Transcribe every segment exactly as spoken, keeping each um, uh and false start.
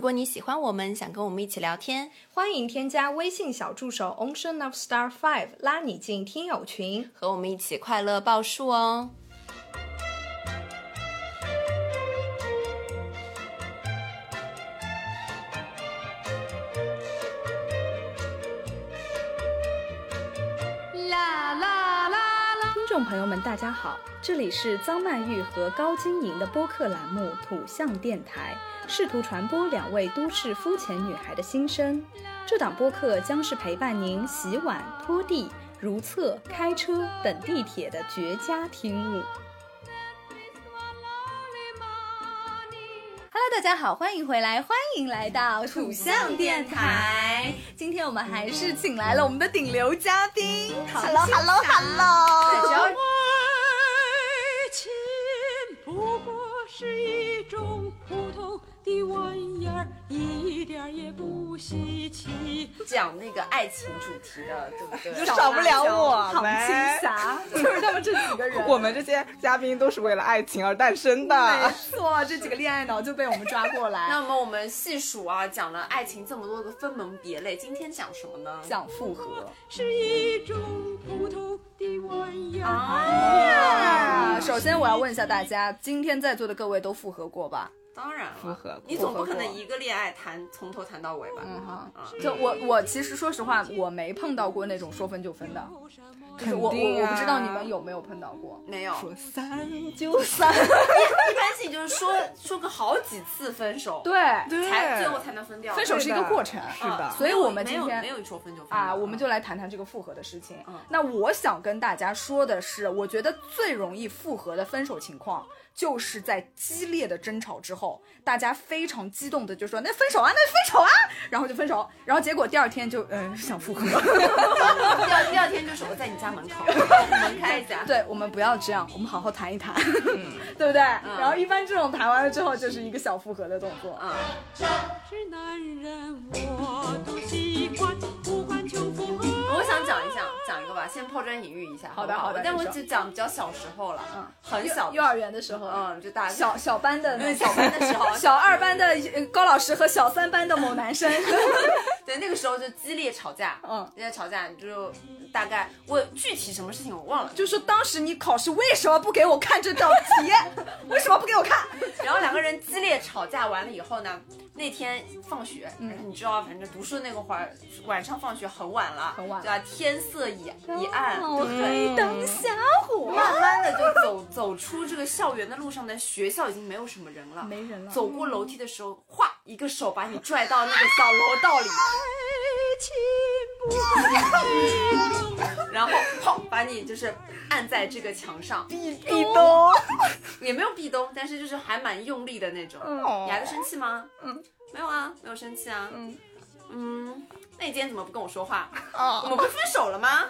如果你喜欢我们，想跟我们一起聊天， 欢迎添加微信小助手 Ocean of Star Five， 拉你进听友群， 和我们一起快乐报数哦。 啦啦啦啦！听众朋友们，大家好，这里是张曼玉和高晶莹的播客栏目《土象电台》，试图传播两位都市肤浅女孩的心声。这档播客将是陪伴您洗碗、拖地、如厕、开车等地铁的绝佳听物。Hello， 大家好，欢迎回来，欢迎来到土象电台。今天我们还是请来了我们的顶流嘉宾 ，Hello，Hello，Hello。只要爱情不过是一种普通的玩意儿，一点也不稀奇。 讲那个爱情主题的，对不对？ 就少不了我唐们青霞，就是他们这几个人。 我们这些嘉宾都是为了爱情而诞生的。 没错，这几个恋爱脑就被我们抓过来。 那么我们细数啊，讲了爱情这么多个分门别类，今天讲什么呢？ 讲复合， 是一种普通的玩意儿。 啊！首先我要问一下大家，今天在座的各位都复合过吧？ 当然了， 复合过你总不可能一个恋爱谈从头谈到尾吧？ 嗯哈， 啊就我我其实说实话，我没碰到过那种说分就分的，就是我肯定啊我我不知道你们有没有碰到过。 没有， 说散就散， 一般性就是说说个好几次分手， 对， 才最后才能分掉。 分手是一个过程， 是的嗯所以我们今天没有没有说分就分啊， 的我们就来谈谈这个复合的事情。 嗯那我想跟大家说的是，我觉得最容易复合的分手情况，就是在激烈的争吵之后，大家非常激动的就说那分手啊，那分手啊，然后就分手，然后结果第二天就嗯想复合。 第二第二天就是我在你家门口门开一下。 对，我们不要这样，我们好好谈一谈，对不对？然后一般这种谈完了之后，就是一个小复合的动作。 嗯， 是男人我都习惯，不管求复合。 我想讲一讲讲一个吧，先抛砖引玉一下。 好的不好的你说但我只讲比较小时候了， 嗯， 很小的幼儿园的时候， 嗯，就大小小班的对小班的时候， 小二班的呃高老师和小三班的某男生， 对那个时候就激烈吵架， 嗯， 激烈吵架就大概我具体什么事情我忘了， 就说当时你考试为什么不给我看这道题？为什么不给我看？ 然后两个人激烈吵架完了以后呢，那天放学，嗯，你知道，反正读书的那个会儿，晚上放学很晚了， 很晚对吧？天色已已暗， 哦黑灯瞎火， 慢慢的就走走出这个校园的路上呢，学校已经没有什么人了， 没人了。 走过楼梯的时候，哗，一个手把你拽到那个小楼道里，然后砰，把你就是按在这个墙上， 壁壁咚， 也没有壁咚，但是就是还蛮用力的那种。 嗯你还在生气吗？ 嗯， 没有啊，没有生气啊。 嗯嗯，那你今天怎么不跟我说话？ 哦我们不分手了吗？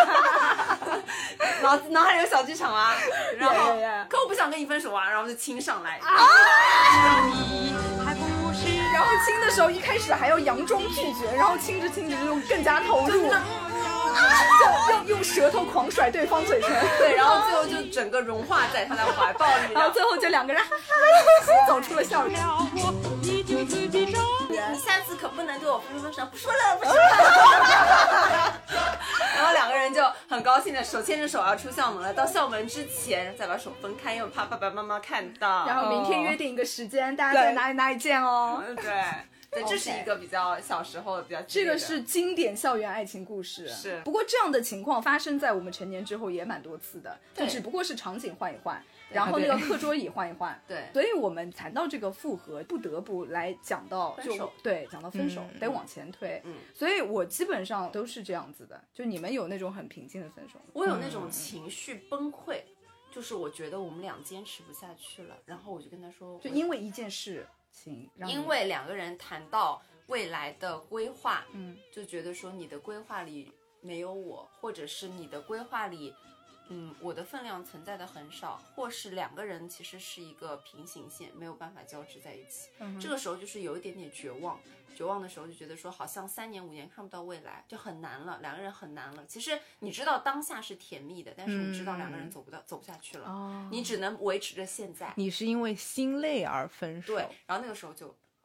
脑脑海里有小剧场啊，然后 Yeah, yeah, yeah. 可我不想跟你分手啊，然后就亲上来。 你还不是然后亲的时候一开始还要佯装拒绝，然后亲着亲着就更加投入，就用用舌头狂甩对方嘴唇， 对，然后最后就整个融化在他的怀抱里， 然后最后就两个人哈哈走出了校园。 了我，你就自己找。 你下次可不能对我分分手，不说了，不说了。然后两个人就很高兴的手牵着手要出校门了，到校门之前再把手分开，因为怕爸爸妈妈看到。 然后明天约定一个时间，大家在哪里哪里见哦。 嗯，对。对，这是一个比较小时候比较激烈的这个是经典校园爱情故事， 是不过这样的情况发生在我们成年之后也蛮多次的，就对只不过是场景换一换，然后那个课桌椅换一换。 对所以我们谈到这个复合，不得不来讲到就分手对，讲到分手、 嗯得往前推。 嗯， 所以我基本上都是这样子的。就你们有那种很平静的分手吗？ 我有那种情绪崩溃，就是我觉得我们俩坚持不下去了，然后我就跟他说， 就因为一件事情，让你因为两个人谈到未来的规划， 嗯， 就觉得说你的规划里没有我，或者是你的规划里，嗯，我的分量存在的很少，或是两个人其实是一个平行线，没有办法交织在一起。 嗯这个时候就是有一点点绝望，绝望的时候就觉得说好像三年五年看不到未来，就很难了，两个人很难了。其实你知道当下是甜蜜的，但是你知道两个人走不到、走不下去了， 哦你只能维持着现在。 你是因为心累而分手。 对，然后那个时候就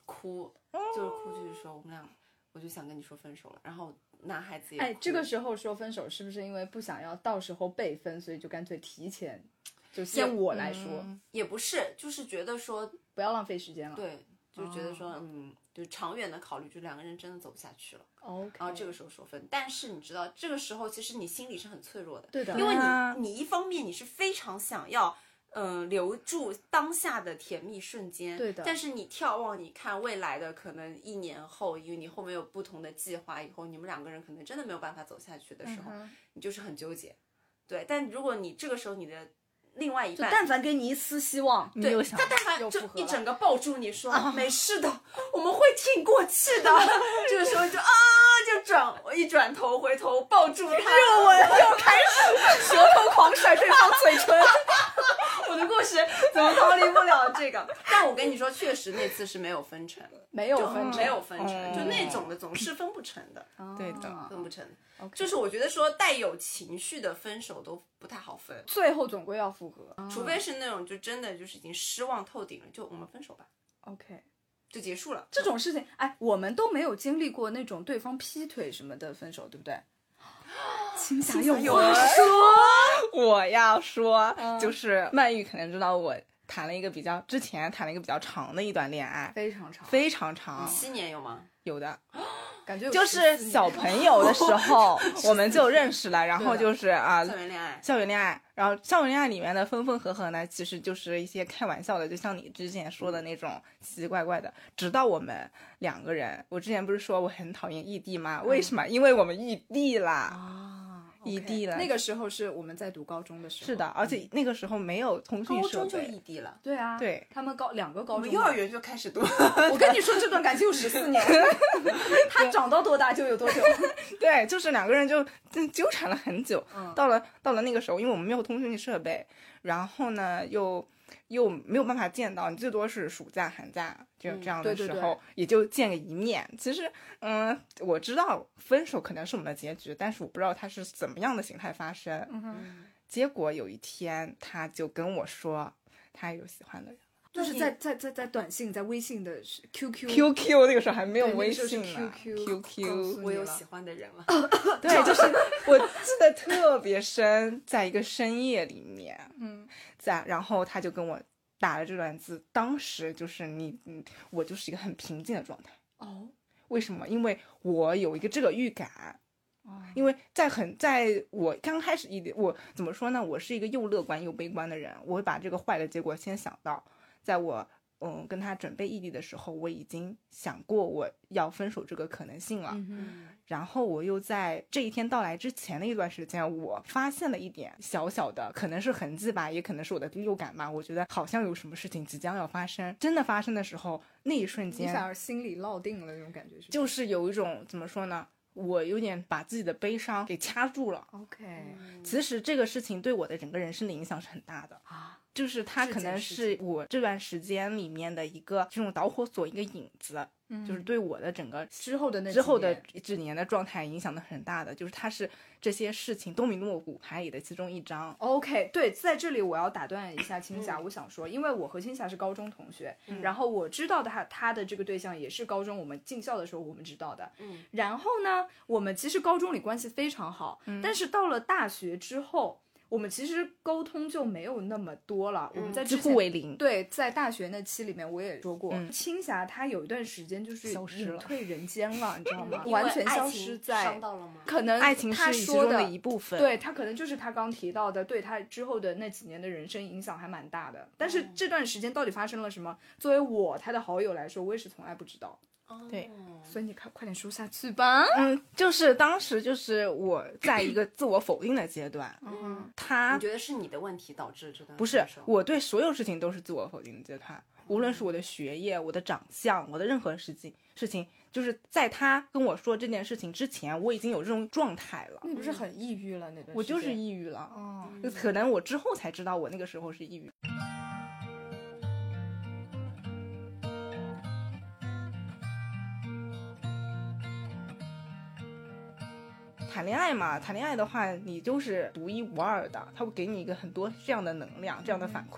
哭，就是哭，就是说我们俩，我就想跟你说分手了。然后男孩子也哭。 哎，这个时候说分手是不是因为不想要到时候被分，所以就干脆提前，就先我来说？ 嗯、也不是，就是觉得说不要浪费时间了。 对，就觉得说，哦、嗯，就长远的考虑，就两个人真的走不下去了。 OK， 然后这个时候说分，但是你知道，这个时候其实你心里是很脆弱的， 对的， 因为你你一方面你是非常想要。嗯、呃，留住当下的甜蜜瞬间， 对的。 但是你眺望，你看未来的可能一年后，因为你后面有不同的计划，以后你们两个人可能真的没有办法走下去的时候，嗯、你就是很纠结。对，但如果你这个时候你的另外一半， 但凡给你一丝希望， 对，他但凡就一整个抱住你说、啊、没事的，我们会挺过去的。这个时候就啊，就转我一转头回头抱住他， 热吻又开始，舌头狂甩对方嘴唇。 我的故事怎么逃离不了这个？但我跟你说，确实那次是没有分成， 没有分成， 没有分成，嗯、就那种的总是分不成的， 哦、 对的， 分不成。 Okay. 就是我觉得说带有情绪的分手都不太好分， 最后总归要复合， 除非是那种就真的就是已经失望透顶了，就我们分手吧。 OK， 就结束了。 这种事情，哎，我们都没有经历过那种对方劈腿什么的分手，对不对？青霞有话说， 我要说，嗯、就是曼玉可能知道我谈了一个比较之前谈了一个比较长的一段恋爱， 非常长， 非常长， 七年有吗？ 有的。 感觉就是小朋友的时候我们就认识了，然后就是啊， 校园恋爱， 校园恋爱，然后校园恋爱里面的分分合合呢，其实就是一些开玩笑的，就像你之前说的那种奇奇怪怪的。直到我们两个人，我之前不是说我很讨厌异地吗？为什么？因为我们异地啦。 啊异地了， 那个时候是我们在读高中的时候， 是的，而且那个时候没有通讯设备， 高中就异地了。 对啊， 对， 他们高两个高中， 我们幼儿园就开始读。 我跟你说，这段感情有十四年，他长到多大就有多久。 对，就是两个人就纠缠了很久。 嗯、 到了到了那个时候，因为我们没有通讯设备，然后呢又又没有办法见到，你最多是暑假寒假就这样的时候、嗯、对对对也就见个一面。其实嗯，我知道分手可能是我们的结局，但是我不知道它是怎么样的形态发生。 嗯哼， 结果有一天他就跟我说他有喜欢的人， 就是在在在在短信在微信的 Q Q Q Q 那个时候还没有微信呢、 那個、Q Q Q 我有喜欢的人了。 对，就是我记得特别深，在一个深夜里面， 嗯， 在然后他就跟我打了这段字，当时就是你，嗯，我就是一个很平静的状态。 哦， 为什么？因为我有一个这个预感。哦，因为在很在我刚开始一点，我怎么说呢？我是一个又乐观又悲观的人，我会把这个坏的结果先想到，在我嗯跟他准备异地的时候，我已经想过我要分手这个可能性了。 嗯， 然后我又在这一天到来之前的一段时间，我发现了一点小小的，可能是痕迹吧，也可能是我的第六感吧，我觉得好像有什么事情即将要发生。真的发生的时候，那一瞬间你反而心里落定了那种感觉，是就是有一种怎么说呢，我有点把自己的悲伤给掐住了。 OK， 其实这个事情对我的整个人生的影响是很大的啊， 就是它可能是我这段时间里面的一个这种导火索，一个引子，嗯，就是对我的整个之后的那之后的几年的状态影响的很大的，就是它是这些事情多米诺骨牌里的其中一张。 OK， 对，在这里我要打断一下青霞、嗯、我想说，因为我和青霞是高中同学、嗯、然后我知道他他的这个对象也是高中我们进校的时候我们知道的，嗯，然后呢我们其实高中里关系非常好、嗯、但是到了大学之后我们其实沟通就没有那么多了、嗯、我们在之前几乎为零。 对，在大学那期里面我也说过、 嗯、 青霞她有一段时间就是隐退人间了，你知道吗？ 嗯、 完全消失在伤到了吗？ 可能爱情是其中的一部分， 对，他可能就是他刚提到的对他之后的那几年的人生影响还蛮大的，但是这段时间到底发生了什么，作为我他的好友来说我也是从来不知道。 对， 所以你快快点说下去吧。 嗯，就是当时就是我在一个自我否定的阶段。 嗯， 他你觉得是你的问题导致这段？ 不是，我对所有事情都是自我否定的阶段，无论是我的学业、我的长相、我的任何事情事情，就是在他跟我说这件事情之前，我已经有这种状态了。 那不是很抑郁了？那段我就是抑郁了。 哦， 就可能我之后才知道我那个时候是抑郁。谈恋爱嘛，谈恋爱的话，你就是独一无二的，他会给你一个很多这样的能量，这样的反馈。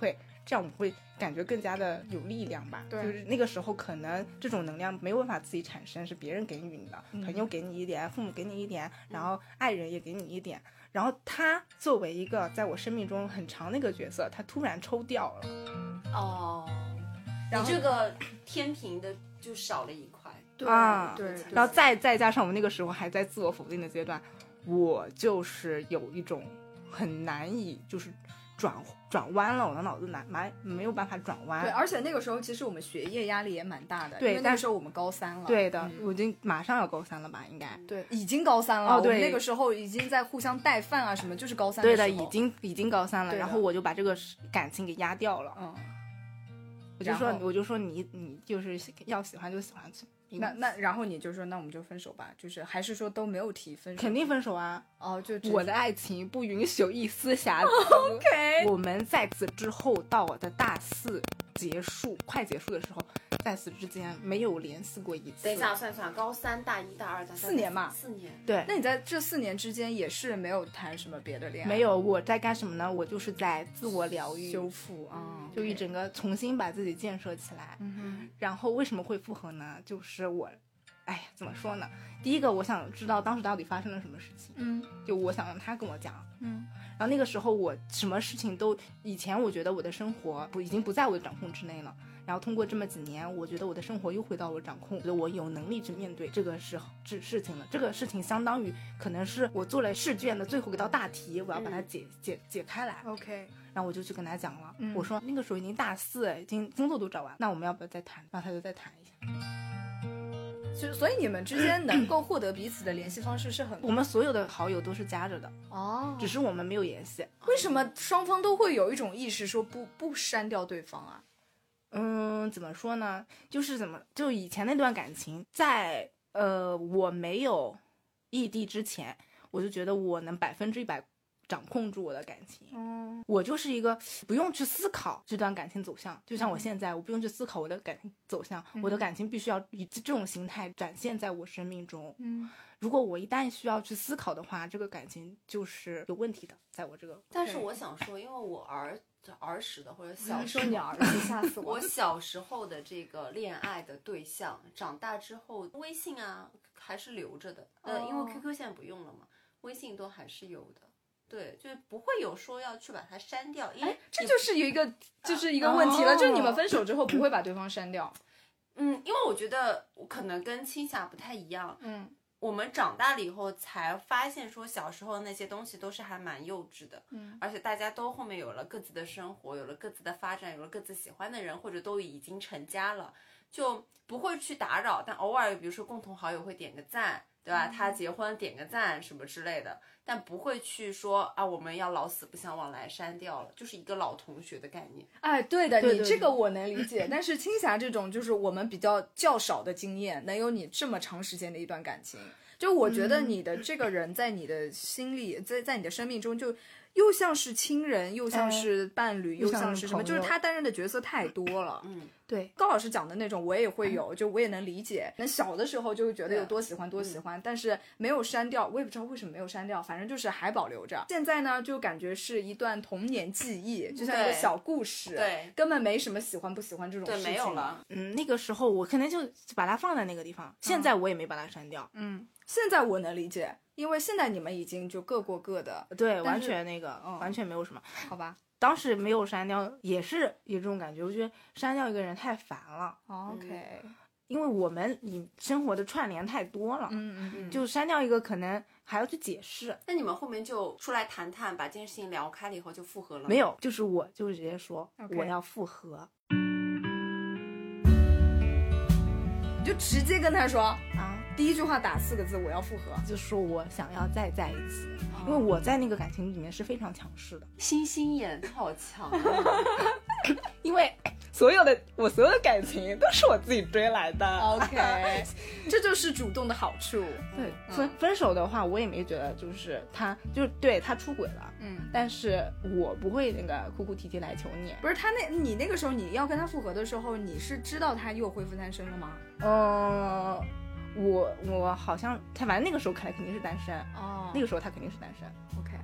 这样我们会感觉更加的有力量吧。 对， 就是那个时候可能这种能量没有办法自己产生，是别人给予你的，嗯、朋友给你一点，父母给你一点，然后爱人也给你一点，然后他作为一个在我生命中很长的一个角色，他突然抽掉了。 哦，你这个天平的就少了一块。 对、 啊、 对, 对， 然后再再加上我那个时候还在自我否定的阶段，我就是有一种很难以就是转转弯了，我的脑子难蛮没有办法转弯。 对，而且那个时候其实我们学业压力也蛮大的， 对， 因为那个时候我们高三了。 对的、 嗯， 我已经马上要高三了吧，应该。 对，已经高三了。 哦，对， 我们那个时候已经在互相带饭啊什么，就是高三的。对的， 已经已经高三了，然后我就把这个感情给压掉了。 嗯， 我就说我就说你你就是要喜欢就喜欢去。 那那然后你就说那我们就分手吧，就是还是说都没有提分手？ 肯定分手啊！ 哦，就我的爱情不允许有一丝瑕疵。 OK， 我们在此之后到我的大四结束快结束的时候，在此之间没有联系过一次。 等一下，算算，高三、大一、大二、大三， 四年嘛， 四年。 对， 那你在这四年之间也是没有谈什么别的恋爱？ 没有，我在干什么呢？我就是在自我疗愈、 修复啊， 就一整个重新把自己建设起来。 嗯哼， 然后为什么会复合呢？就是我。哎呀，怎么说呢？第一个，我想知道当时到底发生了什么事情。 嗯， 就我想让他跟我讲。 嗯， 然后那个时候我什么事情都，以前我觉得我的生活不已经不在我的掌控之内了。然后通过这么几年，我觉得我的生活又回到我掌控，觉得我有能力去面对这个事事事情了。这个事情相当于可能是我做了试卷的最后一道大题，我要把它解、嗯、解解开来。 OK， 然后我就去跟他讲了， 嗯、 我说那个时候已经大四，已经工作都找完，那我们要不要再谈？然后他就再谈一下。 就所以你们之间能够获得彼此的联系方式是很， 我们所有的好友都是加着的哦， 只是我们没有联系。 为什么双方都会有一种意识说不不删掉对方啊？ 嗯，怎么说呢？就是怎么就以前那段感情，在呃我没有异地之前，我就觉得我能百分之一百掌控住我的感情。 嗯， 我就是一个不用去思考这段感情走向，就像我现在，我不用去思考我的感情走向，嗯、我的感情必须要以这种形态展现在我生命中。 嗯， 如果我一旦需要去思考的话，这个感情就是有问题的，在我这个。 但是我想说，因为我儿儿时的或者小时候，你儿子吓死我！ 我小时候的这个恋爱的对象，长大之后微信啊还是留着的，呃，哦、因为 Q Q 现在不用了嘛，微信都还是有的。对，就不会有说要去把它删掉，因为这就是有一个就是一个问题了， 哦、 就是你们分手之后不会把对方删掉。 嗯，因为我觉得我可能跟青霞不太一样， 嗯， 我们长大了以后才发现说小时候那些东西都是还蛮幼稚的， 嗯， 而且大家都后面有了各自的生活，有了各自的发展，有了各自喜欢的人，或者都已经成家了，就不会去打扰，但偶尔比如说共同好友会点个赞，对吧？他结婚点个赞什么之类的，但不会去说啊，我们要老死不相往来删掉了，就是一个老同学的概念。 哎，对的， 对对对， 你这个我能理解。但是青霞这种就是我们比较较少的经验，能有你这么长时间的一段感情，就我觉得你的这个人在你的心里，在在你的生命中就。又像是亲人，又像是伴侣， 哎、 又像是什么，就是他担任的角色太多了。 嗯， 对， 高老师讲的那种我也会有，嗯、就我也能理解。那小的时候就会觉得有多喜欢多喜欢，嗯、但是没有删掉，我也不知道为什么没有删掉，反正就是还保留着。现在呢，就感觉是一段童年记忆，就像一个小故事， 对， 根本没什么喜欢不喜欢这种事情。 对，没有了。 嗯，那个时候我可能就把它放在那个地方，现在我也没把它删掉。 嗯，现在我能理解。因为现在你们已经就各过各的， 对，完全那个、嗯，完全没有什么， 好吧？ 当时没有删掉，也是有这种感觉。我觉得删掉一个人太烦了。 哦、OK， 因为我们你生活的串联太多了， 嗯嗯嗯， 就删掉一个可能还要去解释。 那你们后面就出来谈谈，把这件事情聊开了以后就复合了吗？ 没有，就是我就直接说、 okay. 我要复合。 你就直接跟他说啊， 第一句话打四个字，我要复合， 就说我想要再在一起，哦、因为我在那个感情里面是非常强势的， 星星眼好强、啊， 因为所有的我所有的感情都是我自己追来的。 OK， 这就是主动的好处。 对，分、嗯、分手的话，我也没觉得就是他就是对他出轨了， 嗯， 但是我不会那个哭哭啼啼来求你。 不是他那，你那个时候你要跟他复合的时候，你是知道他又恢复单身了吗？ 嗯。我我好像他反正那个时候看来肯定是单身哦， 那个时候他肯定是单身。 OK，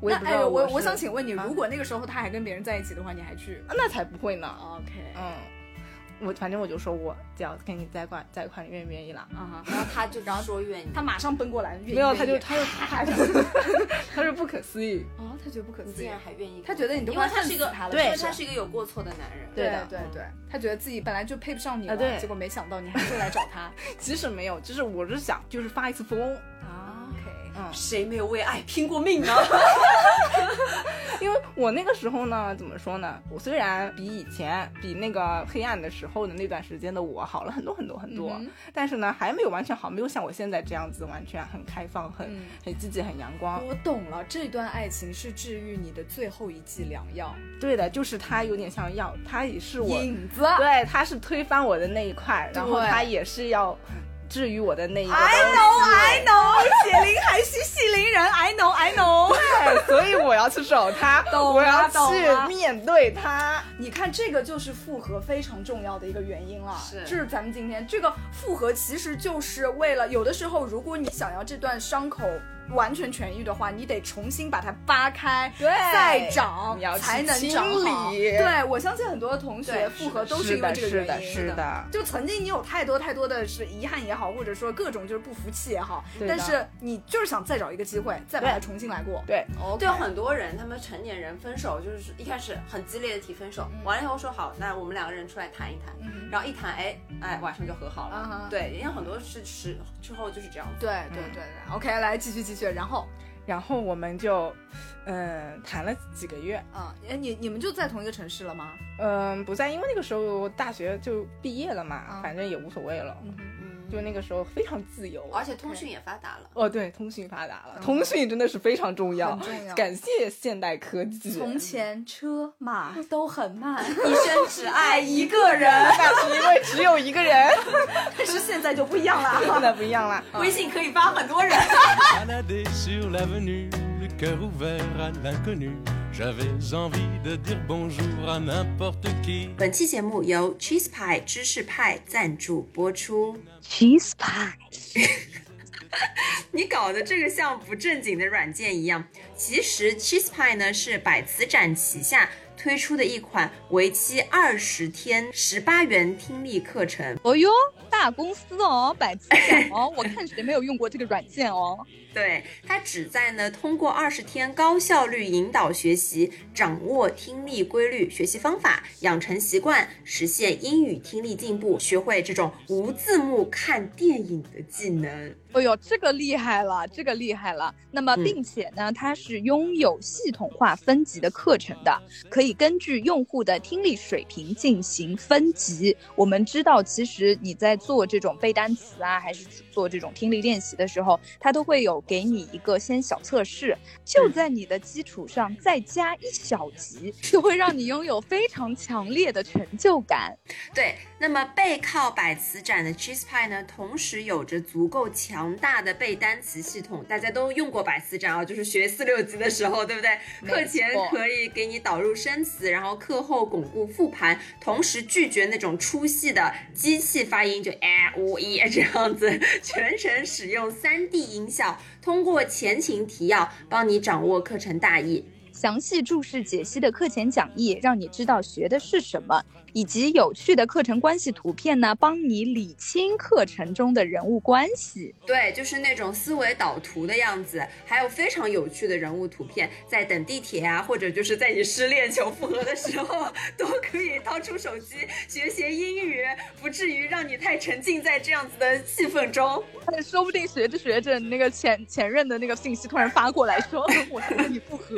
我也那哎， 不知道我是我想请问你， 啊如果那个时候他还跟别人在一起的话，你还去那才不会呢。 ？OK， 嗯，我反正我就说我只要跟你在一块在一块，你愿不愿意啦？ 啊哈， 然后他就然后说愿意， 他马上奔过来，愿意没有， 愿意他就他就他就他是不可思议。 哦，他觉得不可思议你竟然，还愿意， 他觉得你都因为快他是一个恨死他了， 对， 是不是他是一个有过错的男人， 对对的对对，他觉得自己本来就配不上你了， 啊对结果没想到你还是来找他其实没有，就是我是想就是发一次疯。 啊。OK， 嗯， 谁没有为爱拼过命呢？ 因为我那个时候呢，怎么说呢？我虽然比以前比那个黑暗的时候的那段时间的我好了很多很多很多， 嗯但是呢，还没有完全好，没有像我现在这样子完全很开放、很、 嗯很积极、很阳光。 我懂了，这段爱情是治愈你的最后一剂良药， 对的，就是他有点像药，他也是我， 影子。 对，他是推翻我的那一块，然后对他也是要治愈我的那一个东 I 西。 know, I know，血淋还需系铃人 ，I know, I know。 对，所以我要去找他， 懂了我要懂了去面对他。 你看，这个就是复合非常重要的一个原因了。 是这是咱们今天这个复合，其实就是为了有的时候，如果你想要这段伤口完全痊愈的话，你得重新把它扒开， 对再长你要，去才能清长好。 理对，我相信很多同学对复合都是的， 因为这个是的， 原因。 是的。 就曾经你有太多太多的是遗憾也好，或者说各种就是不服气也好， 对的但是你就是想再找一个机会，再把它对重新来过。 对， OK， 对，有很多人，他们成年人分手就是一开始很激烈的提分手，完了以后说好，那我们两个人出来谈一谈， 嗯然后一谈，哎哎，晚上就和好了。 啊哈对，因为很多事实之后就是这样子。 对对对对，OK，来继续继续，然后然后我们就，嗯，谈了几个月， 啊，哎，你你们就在同一个城市了吗？ 嗯，不在，因为那个时候大学就毕业了嘛， 啊反正也无所谓了， 嗯哼， 嗯， 就那个时候非常自由。 而且通讯也发达了。 哦，对，通讯发达了， 嗯通讯真的是非常重要， 很重要感谢现代科技。 从前车马都很慢， 一生只爱一个人。 那是因为只有一个人， 但是现在就不一样了。 真的不一样了。 微信可以发很多人。 Balader sur l'avenue, le cœur ouvert à l'inconnu. J'avais envie de dire bonjour à n'importe qui. 本期节目由 Cheese Pie 芝士派赞助播出。 Cheese pie， 你搞的这个像不正经的软件一样，其实 Cheese Pie 呢是百词斩旗下推出的一款为期二十天、十八元听力课程。 哦哟，大公司哦，百词斩哦，我看谁没有用过这个软件哦。 对，它旨在呢通过二十天高效率引导学习，掌握听力规律、学习方法，养成习惯，实现英语听力进步，学会这种无字幕看电影的技能。 哎呦，这个厉害了，这个厉害了。那么， 嗯并且呢，它是拥有系统化分级的课程的，可以根据用户的听力水平进行分级。我们知道，其实你在做这种背单词啊，还是做这种听力练习的时候，它都会有给你一个先小测试，就在你的基础上再加一小级，就会让你拥有非常强烈的成就感。 对，那么背靠百词斩的 Cheese Pie 呢，同时有着足够强大的背单词系统。大家都用过百词斩啊，就是学四六级的时候，对不对？ 没错课前可以给你导入生词，然后课后巩固复盘，同时拒绝那种出戏的机器发音，就哎呜一这样子，全程使用 三 D 音效，通过前情提要帮你掌握课程大意。 详细注释解析的课前讲义，让你知道学的是什么，以及有趣的课程关系图片呢，帮你理清课程中的人物关系。 对，就是那种思维导图的样子，还有非常有趣的人物图片，在等地铁啊，或者就是在你失恋求复合的时候，都可以掏出手机学学英语，不至于让你太沉浸在这样子的气氛中。 说不定学着学着，那个前前任的那个信息突然发过来说，我觉得你不合。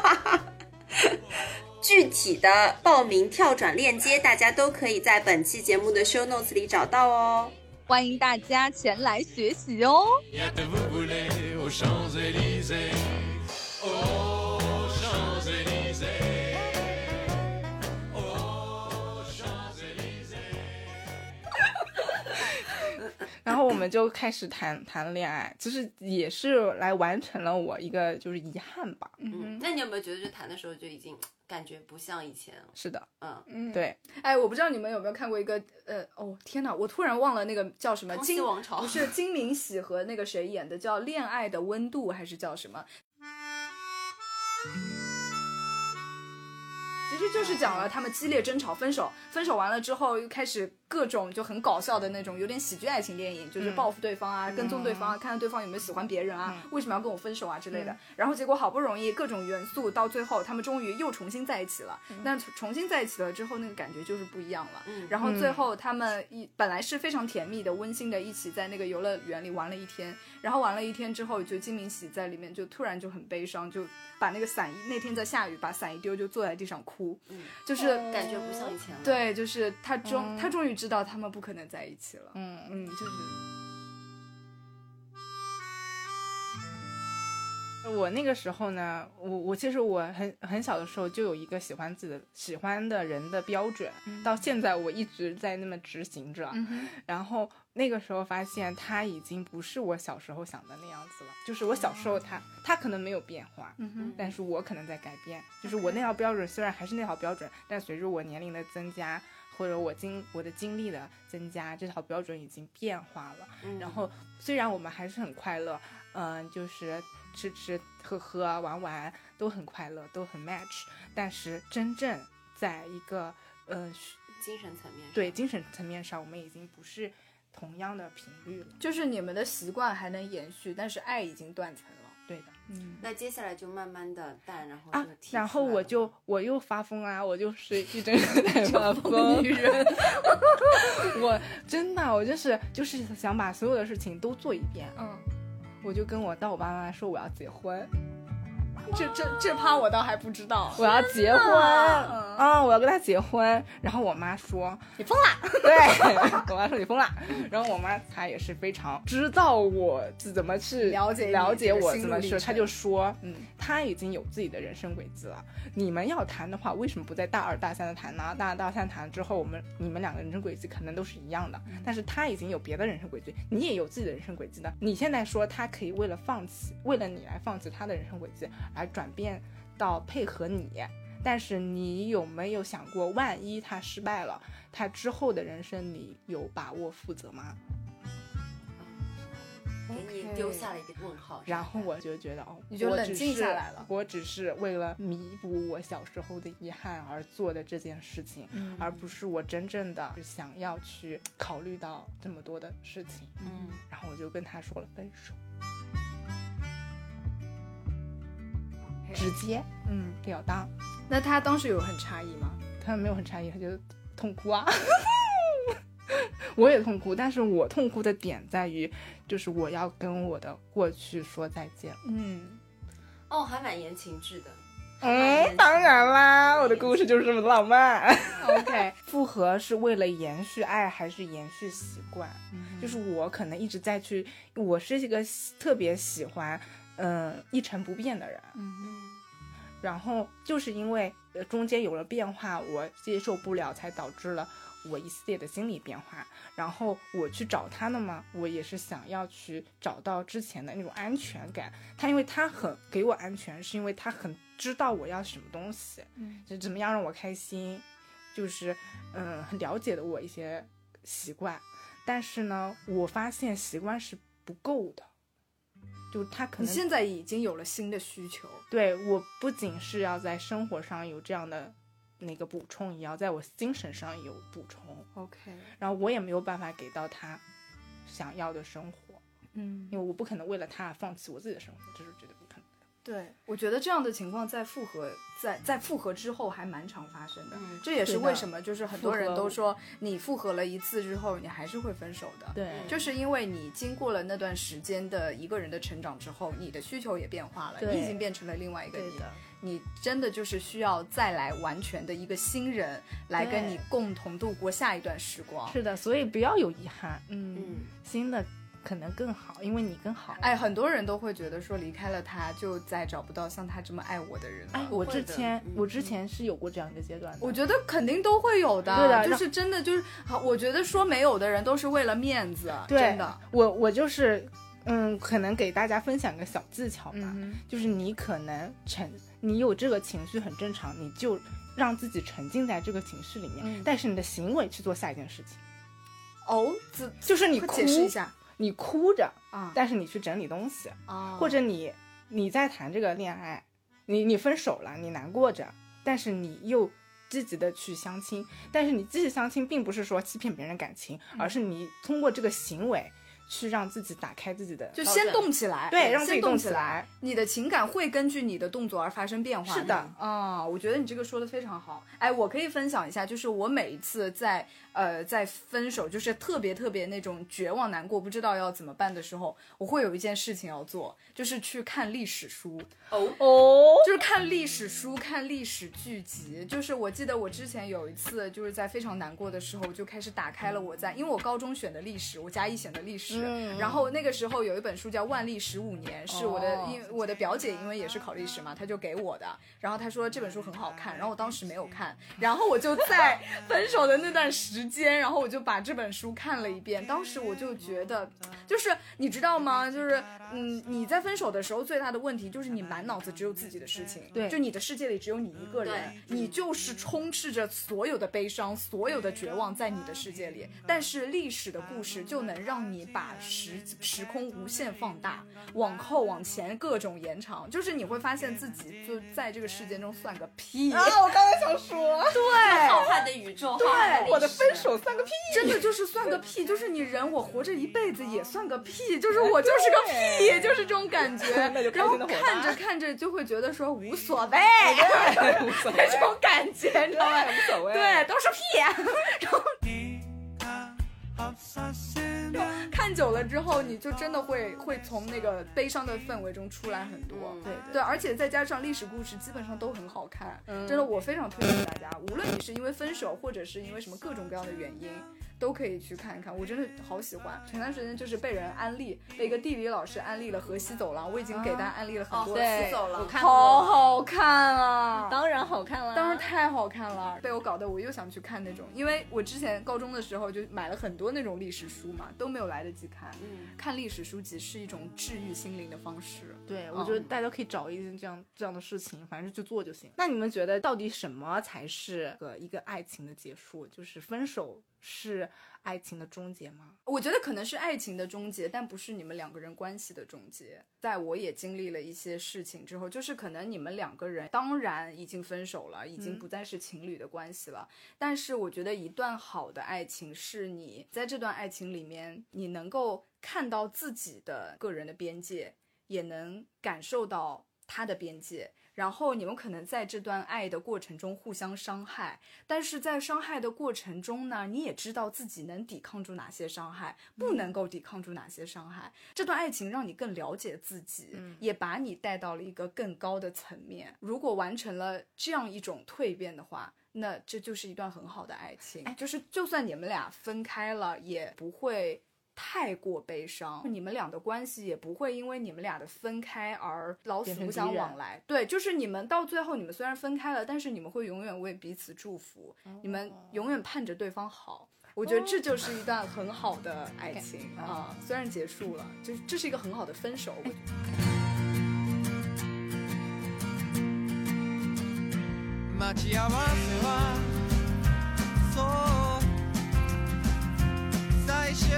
具体的报名跳转链接，大家都可以在本期节目的 show notes 里找到哦。 欢迎大家前来学习哦。 Bien que vous voulez aux Champs-Élysées. Aux Champs-Élysées. Aux Champs-Élysées. 然后我们就开始谈谈恋爱，其实也是来完成了我一个就是遗憾吧。 嗯，那你有没有觉得就谈的时候就已经感觉不像以前了？ 是的， 嗯， 嗯，。 对， 哎，我不知道你们有没有看过一个呃，哦天哪，我突然忘了那个叫什么康熙金王朝不是金明喜和那个谁演的，叫《恋爱的温度》还是叫什么？ 其实就是讲了他们激烈争吵分手，分手完了之后又开始各种就很搞笑的那种有点喜剧爱情电影，就是报复对方啊、嗯、跟踪对方啊、看看对方有没有喜欢别人啊、嗯、为什么要跟我分手啊之类的、嗯、然后结果好不容易各种元素到最后他们终于又重新在一起了、嗯、那重新在一起了之后那个感觉就是不一样了、嗯、然后最后他们一本来是非常甜蜜的温馨的一起在那个游乐园里玩了一天，然后玩了一天之后就金明喜在里面就突然就很悲伤，就把那个伞一那天在下雨把伞一丢就坐在地上哭、嗯、就是感觉不像以前了。 对，就是他终、嗯、他终于知道他们不可能在一起了。嗯嗯，就是我那个时候呢，我我其实我很很小的时候就有一个喜欢自己的喜欢的人的标准、嗯、到现在我一直在那么执行着、嗯、然后那个时候发现他已经不是我小时候想的那样子了，就是我小时候他、嗯、他可能没有变化、嗯、但是我可能在改变，就是我那套标准虽然还是那套标准，但随着我年龄的增加或者我经我的经历的增加，这套标准已经变化了、嗯、然后虽然我们还是很快乐，嗯、呃，就是吃吃喝喝玩玩都很快乐都很 match， 但是真正在一个呃精神层面上， 对精神层面上我们已经不是同样的频率了， 就是你们的习惯还能延续，但是爱已经断层了。 对的， 嗯，那接下来就慢慢的淡，然后啊，然后我就我又发疯啊，我就是一整个在发疯女人，我真的我就是就是想把所有的事情都做一遍，嗯，我就跟我到我爸妈说我要结婚。 这这这趴我倒还不知道， 我要结婚啊、嗯！我要跟他结婚。然后我妈说你疯了， 对我妈说你疯了。然后我妈她也是非常知道我怎么去了解了解我怎么说，她就说，嗯，她已经有自己的人生轨迹了。你们要谈的话，为什么不在大二大三的谈呢？大二大三谈之后，我们你们两个人生轨迹可能都是一样的，但是她已经有别的人生轨迹，你也有自己的人生轨迹的。你现在说她可以为了放弃，为了你来放弃她的人生轨迹。而转变到配合你，但是你有没有想过，万一他失败了，他之后的人生你有把握负责吗？ 给你丢下了一个问号。 然后我就觉得哦， 你就冷静下来了。 我只是为了弥补我小时候的遗憾而做的这件事情、嗯、而不是我真正的想要去考虑到这么多的事情。嗯，然后我就跟他说了分手。直接嗯了当。 那他当时有很诧异吗？ 他没有很诧异，他就痛哭啊我也痛哭，但是我痛哭的点在于就是我要跟我的过去说再见。 嗯，哦，还蛮言情剧的。 嗯，当然啦，我的故事就是这么浪漫OK， 复合是为了延续爱还是延续习惯、嗯、就是我可能一直在去，我是一个特别喜欢嗯、呃，一成不变的人，嗯，然后就是因为中间有了变化，我接受不了，才导致了我一系列的心理变化。然后我去找他的嘛，我也是想要去找到之前的那种安全感。他因为他很给我安全，是因为他很知道我要什么东西，嗯，就怎么样让我开心，就是嗯，很了解的我一些习惯。但是呢，我发现习惯是不够的。就他可能你现在已经有了新的需求， 对，我不仅是要在生活上有这样的那个补充，也要在我精神上有补充。 OK， 然后我也没有办法给到他想要的生活，嗯，因为我不可能为了他放弃我自己的生活，这是绝对不可能的。 对，我觉得这样的情况在复合在在复合之后还蛮常发生的、嗯、这也是为什么就是很多人都说你复合了一次之后你还是会分手的。 对， 就是因为你经过了那段时间的一个人的成长之后，你的需求也变化了，你已经变成了另外一个你的，你真的就是需要再来完全的一个新人来跟你共同度过下一段时光。 是的，所以不要有遗憾，嗯，嗯新的可能更好，因为你更好。 哎，很多人都会觉得说离开了他就再找不到像他这么爱我的人了。 哎，我之前、嗯、我之前是有过这样一个阶段的。 我觉得肯定都会有的， 对的， 就是真的就是好，我觉得说没有的人都是为了面子， 对， 真的。 我我就是嗯，可能给大家分享个小技巧吧、嗯、就是你可能沉，你有这个情绪很正常，你就让自己沉浸在这个情绪里面、嗯、但是你的行为去做下一件事情。 哦， 就是你哭， 解释一下。 你哭着、 啊、 但是你去整理东西、 啊、 或者你你在谈这个恋爱， 你你分手了，你难过着，但是你又积极的去相亲，但是你积极相亲并不是说欺骗别人感情，而是你通过这个行为去让自己打开自己的， 就先动起来， 对，让自己动起来，你的情感会根据你的动作而发生变化。 是的啊、嗯，我觉得你这个说的非常好。哎，我可以分享一下，就是我每一次在呃在分手，就是特别特别那种绝望难过，不知道要怎么办的时候，我会有一件事情要做，就是去看历史书。 哦哦，就是看历史书，看历史剧集。就是我记得我之前有一次，就是在非常难过的时候，就开始打开了我在，因为我高中选的历史，我嘉义选的历史。嗯、然后那个时候有一本书叫《万历十五年》，是我的，因、哦、我的表姐因为也是考历史嘛，她就给我的。然后她说这本书很好看，然后我当时没有看，然后我就在分手的那段时间，然后我就把这本书看了一遍。当时我就觉得，就是你知道吗？就是嗯，你在分手的时候最大的问题就是你满脑子只有自己的事情， 对， 就你的世界里只有你一个人，你就是充斥着所有的悲伤，所有的绝望在你的世界里。但是历史的故事就能让你把时时空无限放大，往后往前各种延长，就是你会发现自己就在这个世界中算个屁啊！我刚才想说， 对， 浩瀚的宇宙， 对， 我的分手算个屁， 真的就是算个屁，就是你人我活着一辈子也算个屁，就是我就是个屁，就是这种感觉。然后看着看着就会觉得说无所谓， 无所谓， 这种感觉，你知道吗？ 无所谓， 对，都是屁。然后看久了之后，你就真的会会从那个悲伤的氛围中出来很多。 嗯、对 对, 对，而且再加上历史故事基本上都很好看，嗯、真的我非常推荐大家，无论你是因为分手或者是因为什么各种各样的原因，都可以去看一看，我真的好喜欢。前段时间就是被人安利，被一个地理老师安利了河西走廊，我已经给大家安利了很多次。 河西走廊， 我看过，好好看啊！ 当然好看了， 当然太好看了，被我搞得我又想去看那种，因为我之前高中的时候就买了很多那种历史书嘛，都没有来得及看。嗯，看历史书籍是一种治愈心灵的方式。 对，我觉得大家可以找一件这样这样的事情，反正去做就行。那你们觉得到底什么才是一个爱情的结束？就是分手是爱情的终结吗？ 我觉得可能是爱情的终结，但不是你们两个人关系的终结。在我也经历了一些事情之后，就是可能你们两个人当然已经分手了，已经不再是情侣的关系了，嗯、但是我觉得一段好的爱情是你在这段爱情里面，你能够看到自己的个人的边界，也能感受到他的边界，然后你们可能在这段爱的过程中互相伤害，但是在伤害的过程中呢，你也知道自己能抵抗住哪些伤害，不能够抵抗住哪些伤害。这段爱情让你更了解自己，嗯、也把你带到了一个更高的层面。如果完成了这样一种蜕变的话，那这就是一段很好的爱情。就是就算你们俩分开了，也不会太过悲伤，你们俩的关系也不会因为你们俩的分开而老死不相往来。对，就是你们到最后，你们虽然分开了，但是你们会永远为彼此祝福，哦、你们永远盼着对方好。我觉得这就是一段很好的爱情、哦、啊，虽然结束了，就这是一个很好的分手。我觉得待ち合わせはそう最終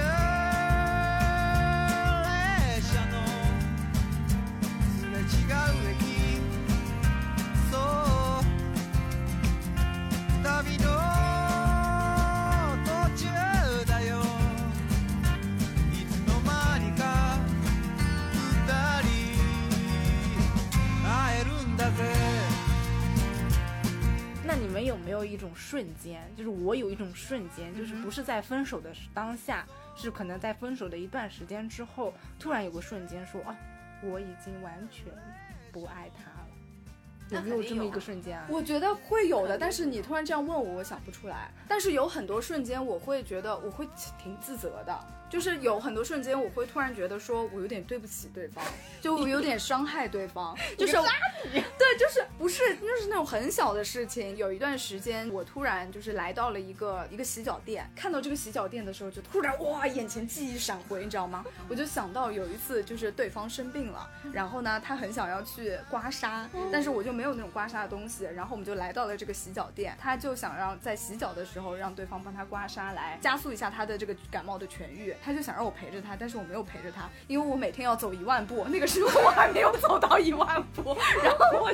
有没有一种瞬间，就是我有一种瞬间，就是不是在分手的当下，是可能在分手的一段时间之后，突然有个瞬间说，啊，我已经完全不爱他了。有没有这么一个瞬间啊？ 我觉得会有的，但是你突然这样问我，我想不出来。但是有很多瞬间，我会觉得我会挺自责的。就是有很多瞬间我会突然觉得说我有点对不起对方，就我有点伤害对方，就是对，就是不是就是那种很小的事情。有一段时间我突然就是来到了一个一个洗脚店，看到这个洗脚店的时候就突然哇眼前记忆闪回，你知道吗？我就想到有一次就是对方生病了，然后呢他很想要去刮痧，但是我就没有那种刮痧的东西，然后我们就来到了这个洗脚店，他就想让在洗脚的时候让对方帮他刮痧来加速一下他的这个感冒的痊愈，他就想让我陪着他，但是我没有陪着他，因为我每天要走一万步，那个时候我还没有走到一万步，然后我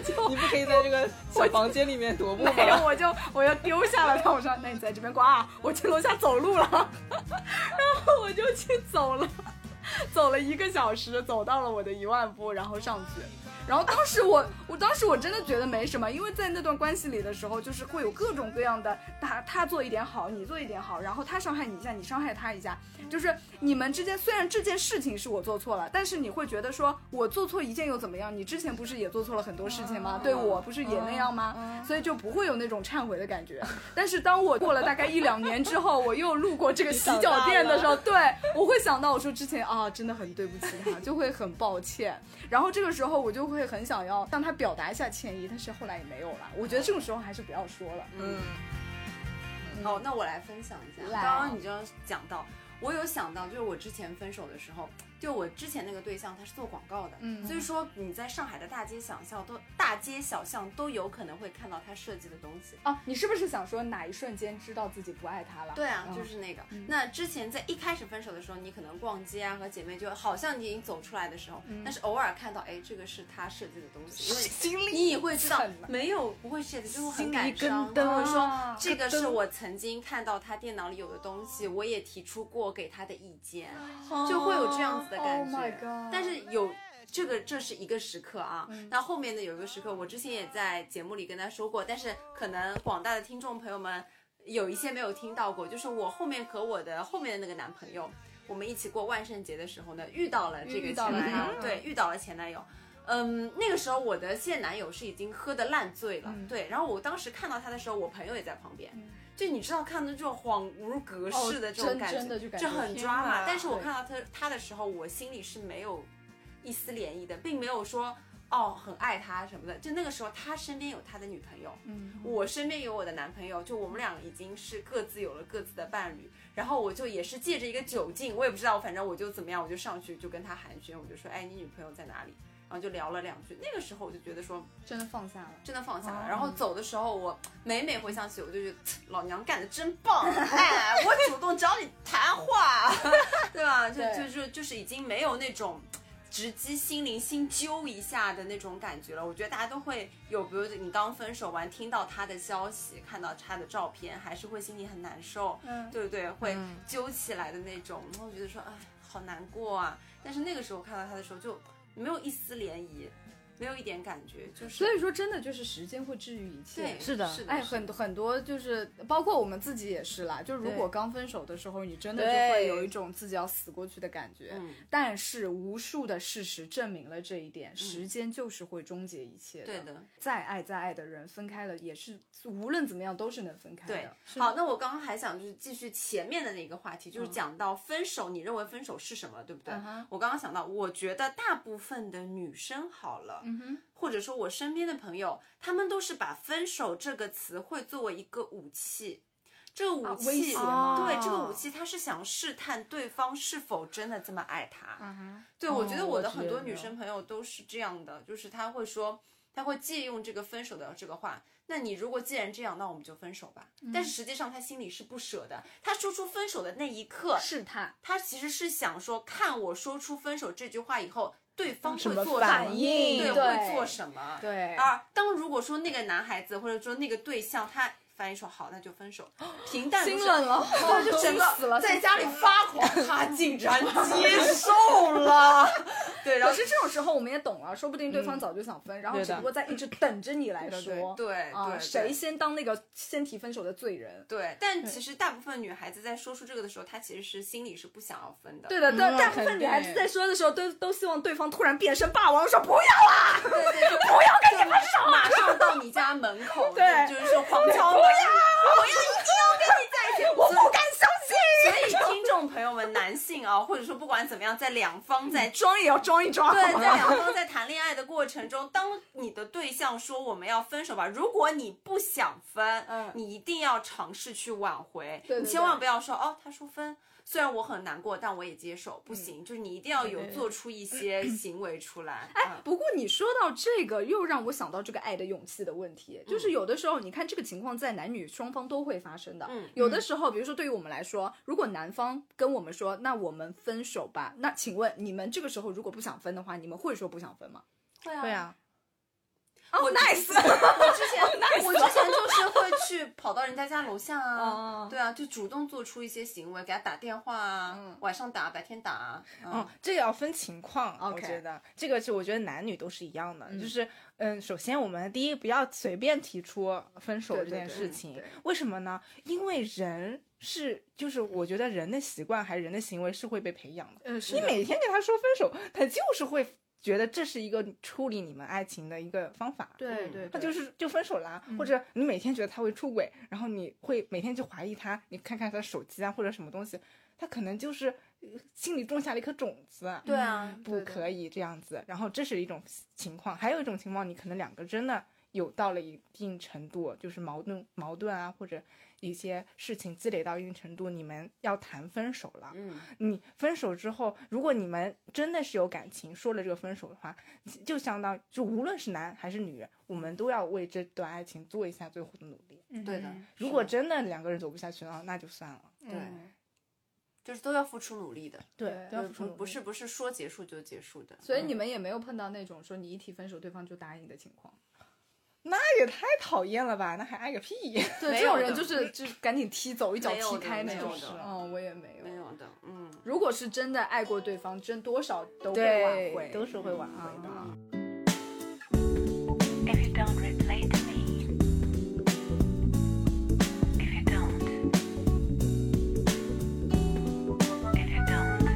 就你不可以在这个小房间里面踱步吗？ 没有，我就我就丢下了他，我说那你在这边挂啊，我去楼下走路了，然后我就去走了，走了一个小时，走到了我的一万步，然后上去。然后当时我，我当时我真的觉得没什么，因为在那段关系里的时候，就是会有各种各样的，他他做一点好，你做一点好，然后他伤害你一下，你伤害他一下，就是你们之间虽然这件事情是我做错了，但是你会觉得说我做错一件又怎么样？你之前不是也做错了很多事情吗？对我不是也那样吗？所以就不会有那种忏悔的感觉。但是当我过了大概一两年之后，我又路过这个洗脚店的时候，对我会想到我说之前啊真的很对不起他，就会很抱歉。然后这个时候我就会很想要向他表达一下歉意，但是后来也没有了。我觉得这种时候还是不要说了。 嗯，好，那我来分享一下。 来刚刚你就讲到，我有想到，就是我之前分手的时候，就我之前那个对象他是做广告的， 嗯所以说你在上海的大街小巷都大街小巷都有可能会看到他设计的东西。 哦，你是不是想说哪一瞬间知道自己不爱他了？ 对啊， 嗯就是那个。那之前在一开始分手的时候，你可能逛街啊，和姐妹就好像你已经走出来的时候，但是偶尔看到，哎，这个是他设计的东西，因为心里你也会知道沉了没有不会设计，就会很心里感伤， 跟或者说啊这个是我曾经看到他电脑里有的东西，我也提出过给他的意见，就会有这样子的感 Oh my 觉。 god 但是有。这个这是一个时刻啊，那后面的有一个时刻，我之前也在节目里跟他说过，但是可能广大的听众朋友们有一些没有听到过，就是我后面和我的后面的那个男朋友，我们一起过万圣节的时候呢，遇到了这个遇到了前男友他， 对，遇到了前男友。嗯，那个时候我的现男友是已经喝得烂醉了， 嗯对，然后我当时看到他的时候，我朋友也在旁边，就你知道看到这种恍如隔世的这种感觉， 哦真真的就感觉很天抓马。 哪但是我对看到他他的时候，我心里是没有一丝涟漪的，并没有说哦很爱他什么的。就那个时候，他身边有他的女朋友， 嗯， 我身边有我的男朋友，就我们俩已经是各自有了各自的伴侣。然后我就也是借着一个酒劲，我也不知道，反正我就怎么样，我就上去就跟他寒暄，我就说，哎，你女朋友在哪里？然后就聊了两句。那个时候我就觉得说， 真的放下了。 真的放下了。 哦然后走的时候，我每每回想起，我就觉得老娘干的真棒，哎，我主动找你谈话，对吧？就对就就就是已经没有那种直击心灵、心揪一下的那种感觉了。我觉得大家都会有，比如你刚分手完，听到他的消息，看到他的照片，还是会心里很难受， 嗯对不对？会揪起来的那种。然后我觉得说，哎，好难过啊。但是那个时候看到他的时候，就没有一丝涟漪。没有一点感觉，就是所以说真的就是时间会治愈一切。 对， 是的是的， 哎， 是的很很多就是包括我们自己也是啦，就如果对刚分手的时候，你真的就对会有一种自己要死过去的感觉。 嗯但是无数的事实证明了这一点，时间就是会终结一切的。 对的， 再爱再爱的人分开了也是无论怎么样都是能分开对的。， 好，那我刚刚还想就是继续前面的那个话题，就是讲到分手，你认为分手是什么，对不对？ 嗯哼我刚刚想到，我觉得大部分的女生好了， 嗯哼， 或者说我身边的朋友，他们都是把分手这个词汇作为一个武器。这个武啊器， 威胁吗对这个武器，他是想试探对方是否真的这么爱他。 嗯哼， 对，我觉得哦我的我觉得很多女生朋友都是这样的，就是他会说，他会借用这个分手的这个话，那你如果既然这样，那我们就分手吧。 嗯但是实际上他心里是不舍的，他说出分手的那一刻， 试探。 他其实是想说，看我说出分手这句话以后，对方什么会做反什么应对， 对会做什么。 对， 而当如果说那个男孩子或者说那个对象，他反应说好，那就分手，平淡如水心冷了， 对，就整死了个在家里发狂，他竟然接受了。对，然后可是这种时候我们也懂了，说不定对方早就想分，然后对的只不过在一直等着你来说。 对啊， 对谁对先当那个先提分手的罪人？ 对，但其实大部分女孩子在说出这个的时候，她其实是心里是不想要分的。 对的，但嗯大部分肯女孩子定在说的时候，都都希望对方突然变身霸王，说不要啦， 对对对，不要跟你分手，马上到你家门口， 对就是说狂敲门，我要，我要一定要跟你在一起，我不敢相信。所以听众朋友们，男性啊，或者说不管怎么样，在两方在装也要装一装。 对，在两方在谈恋爱的过程中，当你的对象说我们要分手吧，如果你不想分， 嗯你一定要尝试去挽回， 对对你千万不要说哦，他说分。虽然我很难过，但我也接受，不行，就是你一定要有做出一些行为出来。哎， 不过你说到这个，又让我想到这个爱的勇气的问题。就是有的时候，你看这个情况在男女双方都会发生的。 嗯有的时候，比如说对于我们来说，如果男方跟我们说，那我们分手吧，那请问你们这个时候如果不想分的话，你们会说不想分吗？ 会啊对啊， 我 nice 我之前我之前就是会去跑到人家家楼下啊， 哦对啊，就主动做出一些行为，给他打电话啊， 嗯晚上打，白天打啊。嗯嗯，这个要分情况。 OK 我觉得这个是我觉得男女都是一样的，就是嗯，首先我们第一不要随便提出分手这件对对对事情， 对为什么呢？因为人是就是我觉得人的习惯还是人的行为是会被培养的。 嗯，是你的每天跟他说分手，他就是会觉得这是一个处理你们爱情的一个方法。 对对， 他就是就分手啦，或者你每天觉得他会出轨，然后你会每天就怀疑他，你看看他的手机啊或者什么东西，他可能就是呃心里种下了一颗种子。 对啊， 不可以这样子。然后这是一种情况，还有一种情况，你可能两个真的有到了一定程度，就是矛盾矛盾啊，或者一些事情积累到一定程度，你们要谈分手了。 嗯， 你分手之后，如果你们真的是有感情，说了这个分手的话，就相当就无论是男还是女人，我们都要为这段爱情做一下最后的努力。 对的。 如果真的两个人走不下去了，那就算了。 对，就是都要付出努力的， 对，都要就付出努力不不是不是说结束就结束的。 所以你们也没有碰到那种说你一提分手对方就答应的情况。 那也太讨厌了吧？那还爱个屁！ 对， 没有的这种人就是就赶紧踢走，一脚踢开那种没有的没有。的嗯，我也没有。 没有的，嗯。 如果是真的爱过对方，真多少都会对挽回， 都是会挽回的。 啊 If you don't relate to me, if you don't, if you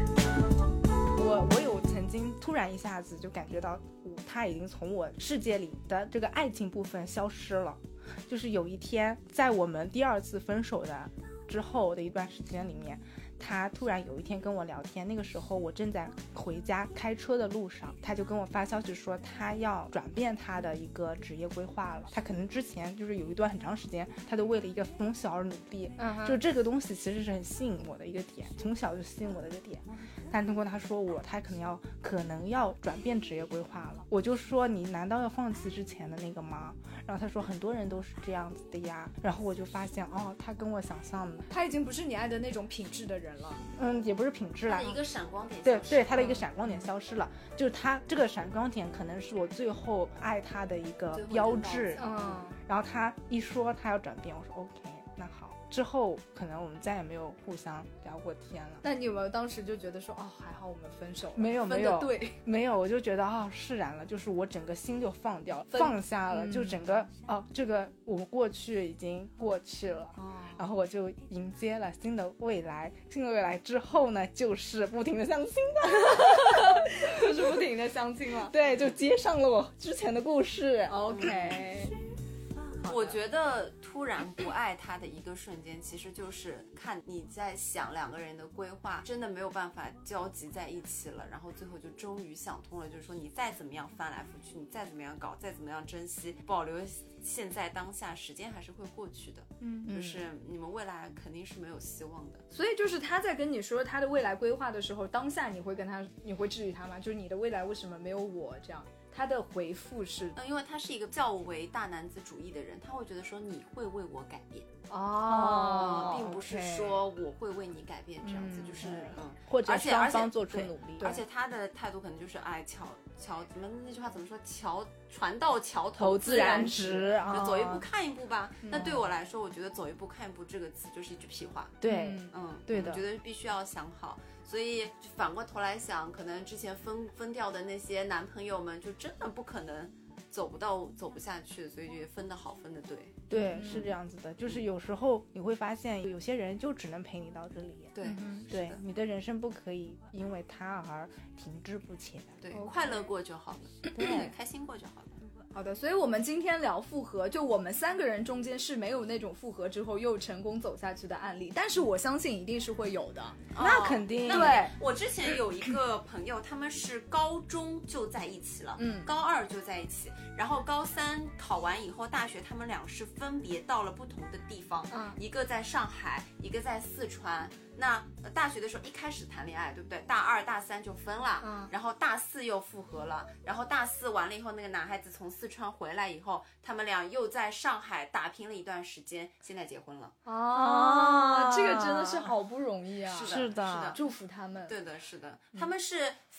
don't, 我我有曾经突然一下子就感觉到，我他已经从我世界里的这个爱情部分消失了。就是有一天，在我们第二次分手的之后的一段时间里面，他突然有一天跟我聊天，那个时候我正在回家开车的路上，他就跟我发消息说他要转变他的一个职业规划了。他可能之前就是有一段很长时间，他都为了一个东西而努力， 嗯就这个东西其实是很吸引我的一个点，从小就吸引我的一个点。但通过他说我，他可能要可能要转变职业规划了，我就说你难道要放弃之前的那个吗？然后他说很多人都是这样子的呀。然后我就发现哦，他跟我想象的， 他已经不是你爱的那种品质的人了。 嗯，也不是品质啦他的，一个闪光点消失， 对对，他的一个闪光点消失了，就是他这个闪光点可能是我最后爱他的一个最后标的帽志子。 嗯， 然后他一说他要转变，我说 OK， 那好。之后可能我们再也没有互相聊过天了。 那你有没有当时就觉得说，哦，还好我们分手了， 没有分没有得对， 没有，我就觉得啊、释然了，就是我整个心就放掉了， 分放下了， 嗯就整个哦，这个我过去已经过去了。 哦， 然后我就迎接了新的未来，新的未来之后呢，就是不停的相亲的， 就是不停的相亲了。 对，就接上了我之前的故事。 OK， 我觉得突然不爱他的一个瞬间，其实就是看你在想两个人的规划真的没有办法交集在一起了，然后最后就终于想通了，就是说你再怎么样翻来覆去，你再怎么样搞，再怎么样珍惜，保留现在当下，时间还是会过去的。 嗯就是你们未来肯定是没有希望的。 所以就是他在跟你说他的未来规划的时候，当下你会跟他，你会质疑他吗？就是你的未来为什么没有我这样？他的回复是嗯，因为他是一个较为大男子主义的人，他会觉得说你会为我改变， 哦并不是 OK 说我会为你改变这样子， 嗯就是嗯， 或者而且双方而且做出努力， 而且他的态度可能就是哎，桥桥怎么那句话怎么说？桥船到桥头头自然直， 直啊就走一步看一步吧。那对我来说，我觉得走一步看一步这个词就是一句屁话。 对， 嗯嗯， 对的我觉得必须要想好。所以就反过头来想，可能之前分分掉的那些男朋友们，就真的不可能走不到走不下去，所以就分得好，分得对。 对，是这样子的，就是有时候你会发现，有些人就只能陪你到这里。 对， 对是的， 你的人生不可以因为他而停滞不前。 对 OK 快乐过就好了，对，开心过就好了。 好的，所以我们今天聊复合，就我们三个人中间是没有那种复合之后又成功走下去的案例，但是我相信一定是会有的。 那肯定， 那对我之前有一个朋友，他们是高中就在一起了， 嗯高二就在一起，然后高三考完以后，大学他们俩是分别到了不同的地方， 嗯一个在上海，一个在四川。那呃大学的时候一开始谈恋爱，对不对？大二、大三就分了， 嗯然后大四又复合了，然后大四完了以后，那个男孩子从四川回来以后，他们俩又在上海打拼了一段时间，现在结婚了。 哦，这个真的是好不容易啊！ 是的， 是的是的， 祝福他们。 对的，是的，他们是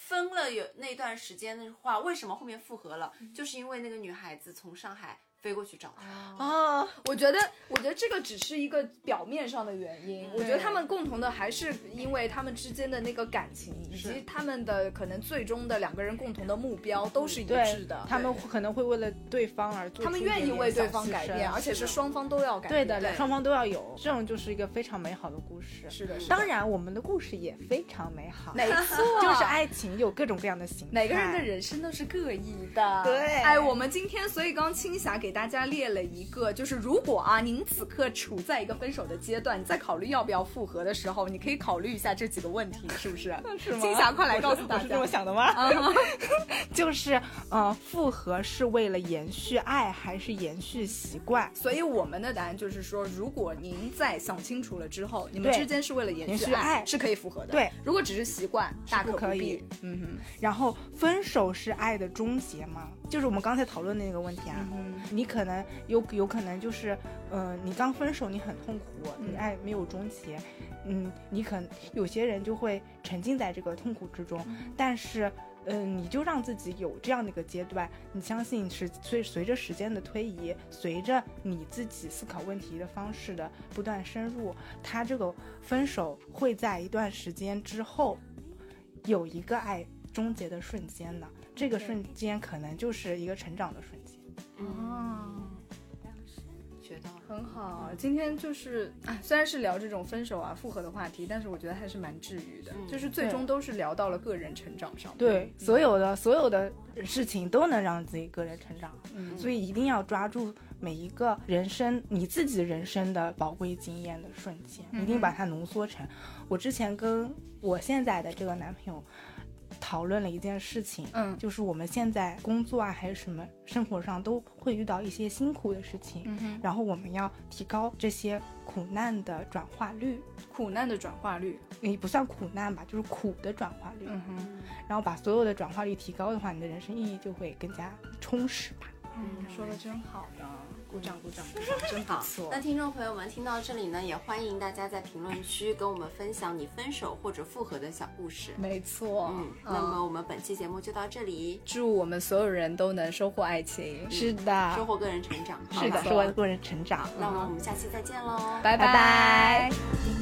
分了有那段时间的话，为什么后面复合了？就是因为那个女孩子从上海飞过去找他。 啊，我觉得，我觉得这个只是一个表面上的原因。我觉得他们共同的还是因为他们之间的那个感情，以及他们的可能最终的两个人共同的目标都是一致的。 他们可能会为了对方而做出他们愿意为对方改变，而且是双方都要改变。 对的，双方都要有，这种就是一个非常美好的故事。 是的， 当然我们的故事也非常美好， 没错， 就是爱情有各种各样的形态， 每个人的人生都是各异的。 对， 哎，我们今天所以刚青霞给大家列了一个，就是如果啊您此刻处在一个分手的阶段，你在考虑要不要复合的时候，你可以考虑一下这几个问题，是不是？ 是吗？ 青霞快来告诉大家， 我是这么想的吗？就是呃，复合是为了延续爱还是延续习惯？ 所以我们的答案就是说，如果您在想清楚了之后，你们之间是为了延续爱，是可以复合的。 对， 如果只是习惯，大可不必。嗯哼。然后分手是爱的终结吗？就是我们刚才讨论的那个问题啊。嗯、你可能有有可能就是，呃，你刚分手你很痛苦，你爱没有终结，嗯，你可能有些人就会沉浸在这个痛苦之中，嗯、但是。嗯，你就让自己有这样的一个阶段，你相信是随随着时间的推移，随着你自己思考问题的方式的不断深入，他这个分手会在一段时间之后有一个爱终结的瞬间的，这个瞬间可能就是一个成长的瞬间。 哦， 学到了， 很好。今天就是啊，虽然是聊这种分手啊、复合的话题，但是我觉得还是蛮治愈的，嗯、就是最终都是聊到了个人成长上面。 对，嗯、所有的所有的事情都能让自己个人成长，嗯，所以一定要抓住每一个人生你自己人生的宝贵经验的瞬间，嗯、一定把它浓缩成。我之前跟我现在的这个男朋友讨论了一件事情，嗯，就是我们现在工作啊还是什么生活上都会遇到一些辛苦的事情，嗯，然后我们要提高这些苦难的转化率， 苦难的转化率也不算苦难吧，就是苦的转化率，嗯哼，然后把所有的转化率提高的话，你的人生意义就会更加充实吧。 嗯，说的真好呢，鼓掌鼓掌鼓掌，真不错。 那听众朋友们听到这里呢，也欢迎大家在评论区跟我们分享你分手或者复合的小故事。 没错， 嗯，那么我们本期节目就到这里， 祝我们所有人都能收获爱情， 嗯、是的， 收获个人成长， 是的，收获个人成长。 那么我们下期再见喽， 拜拜。